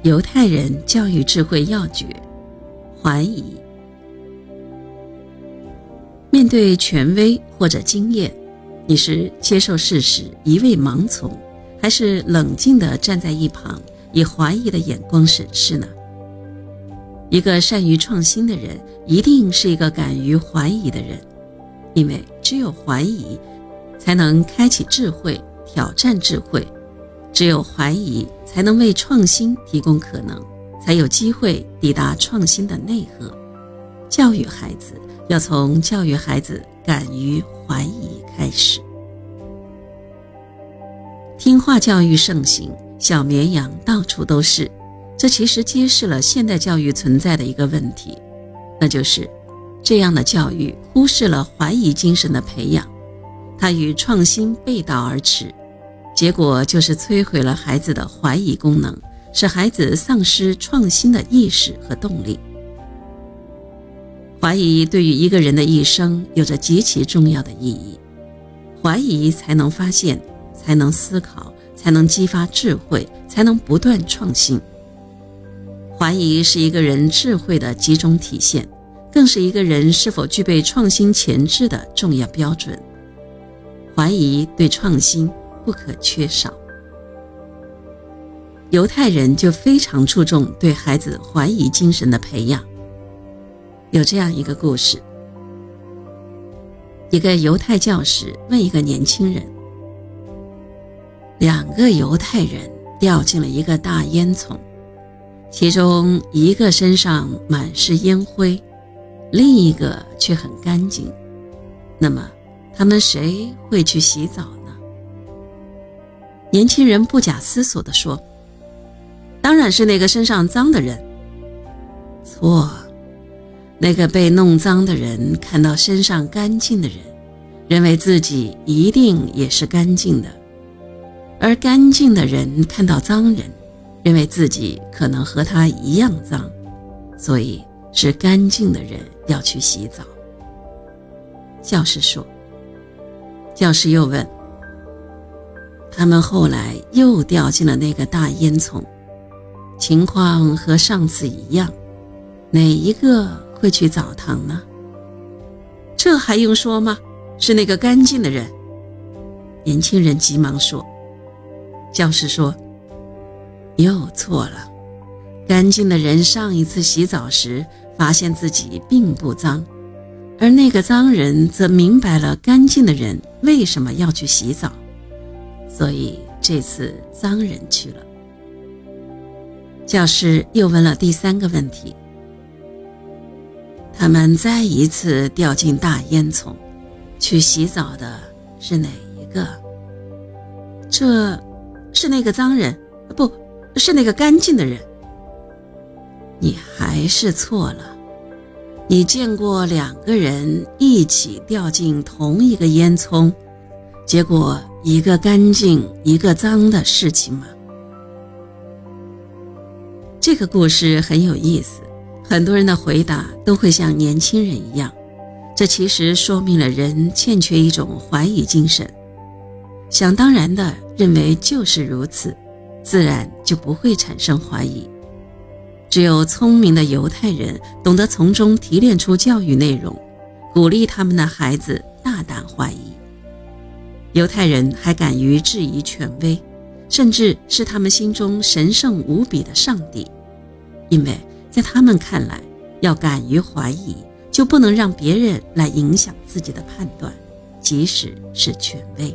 犹太人教育智慧要诀：怀疑。面对权威或者经验，你是接受事实一味盲从，还是冷静地站在一旁，以怀疑的眼光审视呢？一个善于创新的人，一定是一个敢于怀疑的人，因为只有怀疑，才能开启智慧，挑战智慧；只有怀疑，才能为创新提供可能，才有机会抵达创新的内核。教育孩子，要从教育孩子敢于怀疑开始。听话教育盛行，小绵羊到处都是，这其实揭示了现代教育存在的一个问题，那就是这样的教育忽视了怀疑精神的培养，它与创新背道而驰，结果就是摧毁了孩子的怀疑功能，使孩子丧失创新的意识和动力。怀疑对于一个人的一生有着极其重要的意义，怀疑才能发现，才能思考，才能激发智慧，才能不断创新。怀疑是一个人智慧的集中体现，更是一个人是否具备创新潜质的重要标准。怀疑对创新不可缺少。犹太人就非常注重对孩子怀疑精神的培养。有这样一个故事，一个犹太教士问一个年轻人，两个犹太人掉进了一个大烟囱，其中一个身上满是烟灰，另一个却很干净，那么他们谁会去洗澡呢？年轻人不假思索地说，当然是那个身上脏的人。错，那个被弄脏的人看到身上干净的人，认为自己一定也是干净的，而干净的人看到脏人，认为自己可能和他一样脏，所以是干净的人要去洗澡。教士说。教士又问，他们后来又掉进了那个大烟囱，情况和上次一样，哪一个会去澡堂呢？这还用说吗？是那个干净的人。年轻人急忙说。教士说，又错了，干净的人上一次洗澡时发现自己并不脏，而那个脏人则明白了干净的人为什么要去洗澡，所以这次脏人去了。教士又问了第三个问题，他们再一次掉进大烟囱，去洗澡的是哪一个？这是那个脏人，不是那个干净的人。你还是错了，你见过两个人一起掉进同一个烟囱，结果一个干净一个脏的事情吗？这个故事很有意思，很多人的回答都会像年轻人一样，这其实说明了人欠缺一种怀疑精神，想当然的认为就是如此，自然就不会产生怀疑。只有聪明的犹太人懂得从中提炼出教育内容，鼓励他们的孩子大胆怀疑。犹太人还敢于质疑权威，甚至是他们心中神圣无比的上帝，因为在他们看来，要敢于怀疑，就不能让别人来影响自己的判断，即使是权威。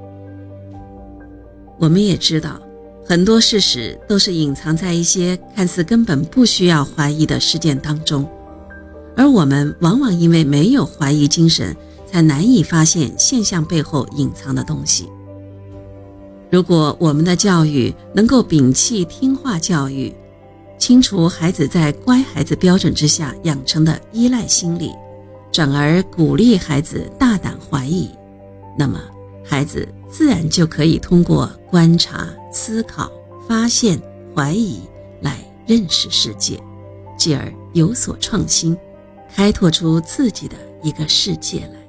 我们也知道，很多事实都是隐藏在一些看似根本不需要怀疑的事件当中，而我们往往因为没有怀疑精神，才难以发现现象背后隐藏的东西。如果我们的教育能够摒弃听话教育，清除孩子在乖孩子标准之下养成的依赖心理，转而鼓励孩子大胆怀疑，那么孩子自然就可以通过观察、思考、发现、怀疑来认识世界，继而有所创新，开拓出自己的一个世界来。